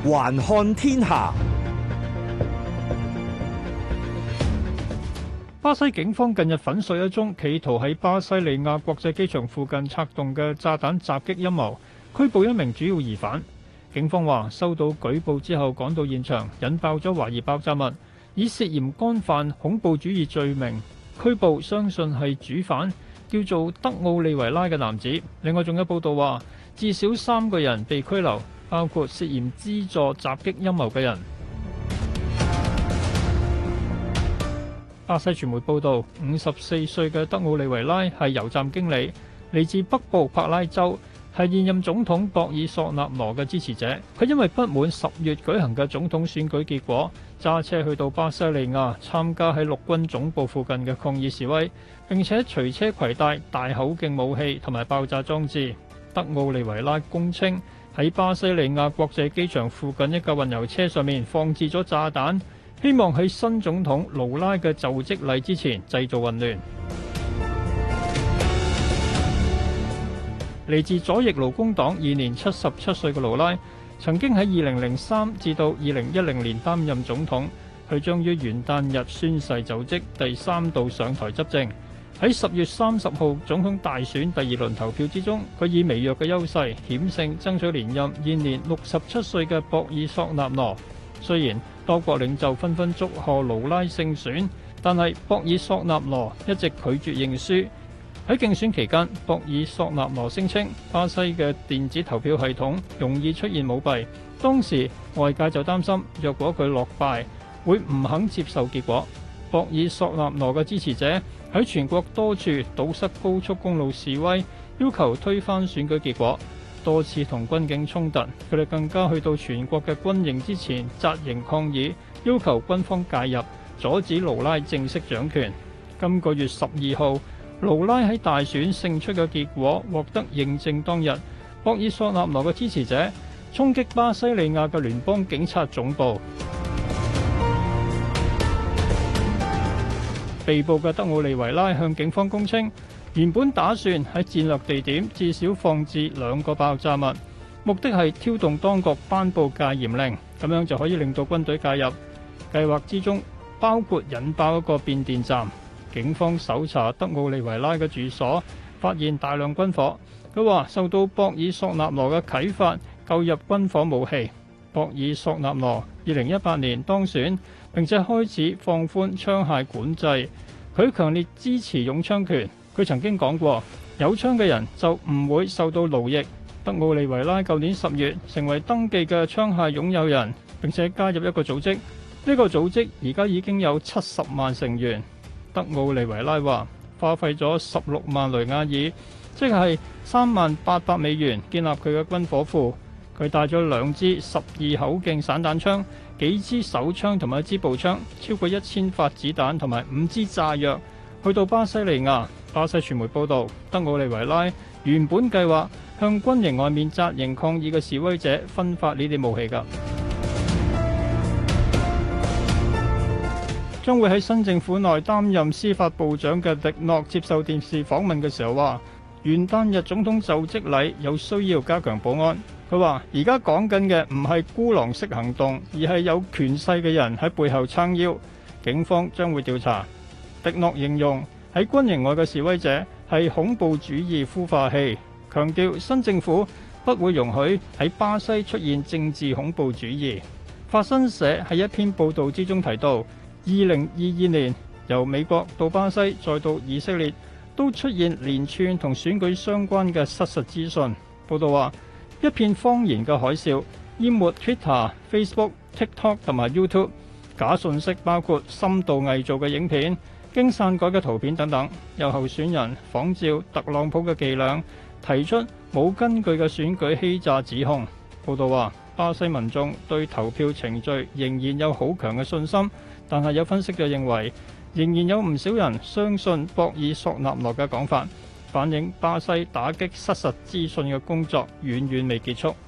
環看天下。 巴西警方近日粉碎一宗企圖喺巴西利亞國際機場附近策動嘅炸彈襲擊陰謀，拘捕一名主要疑犯。警方話收到舉報之後趕到現場，引爆咗懷疑爆炸物，以涉嫌干犯恐怖主義罪名拘捕相信係主犯，叫做德奧利維拉嘅男子。另外仲有報道話至少3個人被拘留，包括涉嫌資助襲擊陰謀嘅人。巴西傳媒報道，54歲嘅德奧利維拉係油站經理，嚟自北部帕拉州，係現任總統博爾索納羅嘅支持者。佢因為不滿10月舉行嘅總統選舉結果，揸車去到巴西利亞參加喺陸軍總部附近嘅抗議示威，並且隨車攜帶大口徑武器同埋爆炸裝置。德奧利維拉供稱喺巴西利亞國際機場附近一架運油車上面放置咗炸彈，希望喺新總統盧拉嘅就職禮之前製造混亂。嚟自左翼勞工黨現年77歲嘅盧拉，曾經喺2003至到2010年擔任總統。佢將於元旦日宣誓就職，第3度上台執政。喺10月30號總統大選第2輪投票之中，佢以微弱嘅優勢險勝爭取連任現年67歲嘅博爾索納羅。雖然多國領袖紛紛祝賀盧拉勝選，但係博爾索納羅一直拒絕認輸。喺競選期間，博爾索納羅聲稱巴西嘅電子投票系統容易出現舞弊。當時外界就擔心，若果佢落敗，會唔肯接受結果。博爾索納羅嘅支持者喺全國多處堵塞高速公路示威，要求推翻選舉結果，多次同軍警衝突。佢哋更加去到全國嘅軍營之前紮營抗議，要求軍方介入，阻止盧拉正式掌權。今個月12號，盧拉喺大選勝出嘅結果獲得認證當日，博爾索納羅嘅支持者衝擊巴西利亞嘅聯邦警察總部。被捕嘅德奧利維拉向警方供稱，原本打算喺戰略地點至少放置2個爆炸物，目的係挑動當局頒布戒嚴令，咁樣就可以令到軍隊介入。計劃之中包括引爆一個變電站。警方搜查德奧利維拉嘅住所，發現大量軍火。佢話受到博爾索納羅嘅啟發，購入軍火武器。博爾索納羅2018年當選，並且開始放寬槍械管制。佢強烈支持擁槍權。佢曾經講過，有槍嘅人就唔會受到奴役。德奧利維拉舊年10月成為登記嘅槍械擁有人，並且加入一個組織。呢個組織而家已經有70萬成員。德奧利維拉話花費咗16萬雷亞爾，即係$38,000建立佢嘅軍火庫。佢帶咗2支12口徑散彈槍、幾支手槍同埋1支步槍，超過1000發子彈同埋5支炸藥，去到巴西利亞。巴西傳媒報道，德奧利維拉原本計劃向軍營外面紮營抗議嘅示威者分發呢啲武器㗎。將會喺新政府內擔任司法部長嘅迪諾接受電視訪問嘅時候話，元旦日總統就職禮有需要加強保安。佢話而家講緊嘅唔係孤狼式行動，而係有權勢嘅人喺背後撐腰。警方將會調查。迪諾形容喺軍營外嘅示威者係恐怖主義孵化器，強調新政府不會容許喺巴西出現政治恐怖主義。法新社喺一篇報導之中提到，2022年由美國到巴西再到以色列都出現連串同選舉相關嘅失實資訊。報道話，一片謊言嘅海嘯淹沒 Twitter、Facebook、TikTok 同埋 YouTube， 假信息包括深度偽造嘅影片、經篡改嘅圖片等等。有候選人仿照特朗普嘅伎倆，提出冇根據嘅選舉欺詐指控。報道話，巴西民眾對投票程序仍然有好強嘅信心。但係有分析就認為，仍然有唔少人相信博爾索納羅嘅講法，反映巴西打擊失實資訊嘅工作遠遠未結束。